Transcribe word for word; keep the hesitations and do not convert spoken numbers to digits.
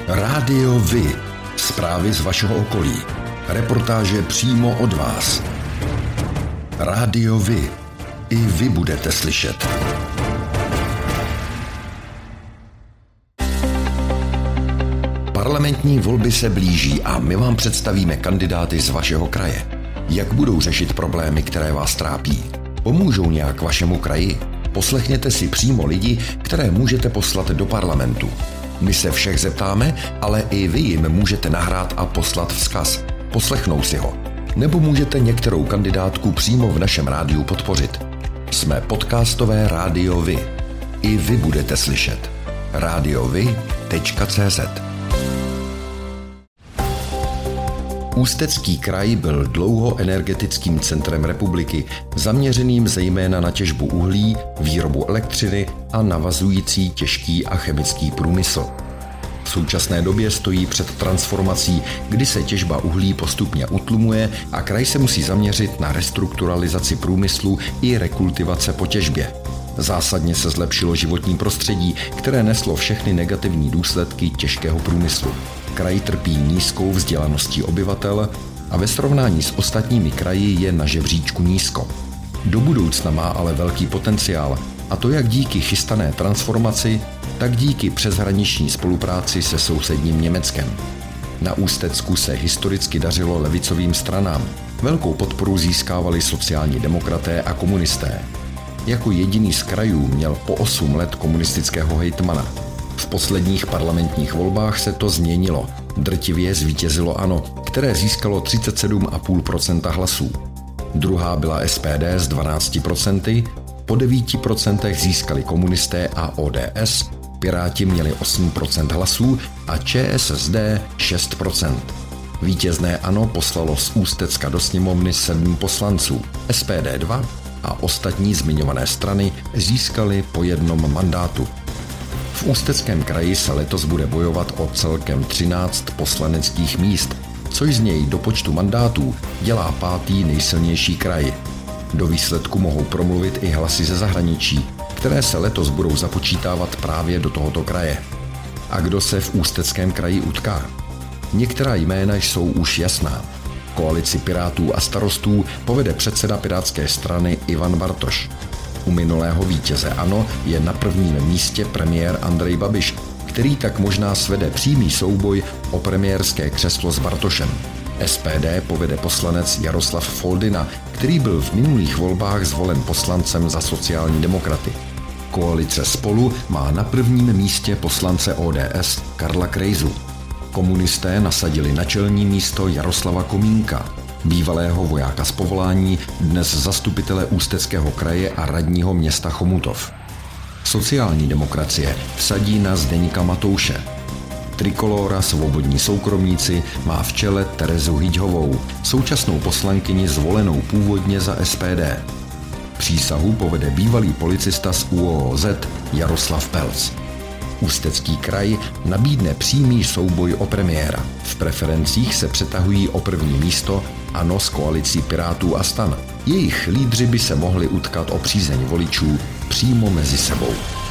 Rádio Vy. Zprávy z vašeho okolí. Reportáže přímo od vás. Rádio Vy. I vy budete slyšet. Parlamentní volby se blíží a my vám představíme kandidáty z vašeho kraje. Jak budou řešit problémy, které vás trápí? Pomůžou nějak vašemu kraji? Poslechněte si přímo lidi, které můžete poslat do parlamentu. My se všech zeptáme, ale i vy jim můžete nahrát a poslat vzkaz. Poslechnou si ho. Nebo můžete některou kandidátku přímo v našem rádiu podpořit. Jsme podcastové Rádio Vy. I vy budete slyšet. radiovy tečka cé zet. Ústecký kraj byl dlouho energetickým centrem republiky, zaměřeným zejména na těžbu uhlí, výrobu elektřiny a navazující těžký a chemický průmysl. V současné době stojí před transformací, kdy se těžba uhlí postupně utlumuje a kraj se musí zaměřit na restrukturalizaci průmyslu i rekultivace po těžbě. Zásadně se zlepšilo životní prostředí, které neslo všechny negativní důsledky těžkého průmyslu. Kraj trpí nízkou vzdělaností obyvatel a ve srovnání s ostatními kraji je na žebříčku nízko. Do budoucna má ale velký potenciál, a to jak díky chystané transformaci, tak díky přeshraniční spolupráci se sousedním Německem. Na Ústecku se historicky dařilo levicovým stranám. Velkou podporu získávali sociální demokraté a komunisté. Jako jediný z krajů měl po osm let komunistického hejtmana. V posledních parlamentních volbách se to změnilo. Drtivě zvítězilo ANO, které získalo třicet sedm celá pět procenta hlasů. Druhá byla es pé dé s dvanácti procenty, po devíti procentech získali komunisté a ó dé es, Piráti měli osm procent hlasů a če es es dé šest procent. Vítězné ANO poslalo z Ústecka do sněmovny sedm poslanců, es pé dé dva a ostatní zmiňované strany získali po jednom mandátu. V Ústeckém kraji se letos bude bojovat o celkem třináct poslaneckých míst, což z něj do počtu mandátů dělá pátý nejsilnější kraj. Do výsledku mohou promluvit i hlasy ze zahraničí, které se letos budou započítávat právě do tohoto kraje. A kdo se v Ústeckém kraji utká? Některá jména jsou už jasná. Koalici Pirátů a Starostů povede předseda pirátské strany Ivan Bartoš. U minulého vítěze ANO je na prvním místě premiér Andrej Babiš, který tak možná svede přímý souboj o premiérské křeslo s Bartošem. es pé dé povede poslanec Jaroslav Foldyna, který byl v minulých volbách zvolen poslancem za sociální demokraty. Koalice Spolu má na prvním místě poslance ó dé es Karla Krejzu. Komunisté nasadili na čelní místo Jaroslava Komínka, bývalého vojáka z povolání, dnes zastupitele Ústeckého kraje a radního města Chomutov. Sociální demokracie vsadí na Zdeňka Matouše. Trikolóra Svobodní soukromníci má v čele Terezu Hyďhovou, současnou poslankyni zvolenou původně za es pé dé. Přísahu povede bývalý policista z ú ó ó zet Jaroslav Pelc. Ústecký kraj nabídne přímý souboj o premiéra. V preferencích se přetahují o první místo ANO s koalicí Pirátů a STAN. Jejich lídři by se mohli utkat o přízeň voličů přímo mezi sebou.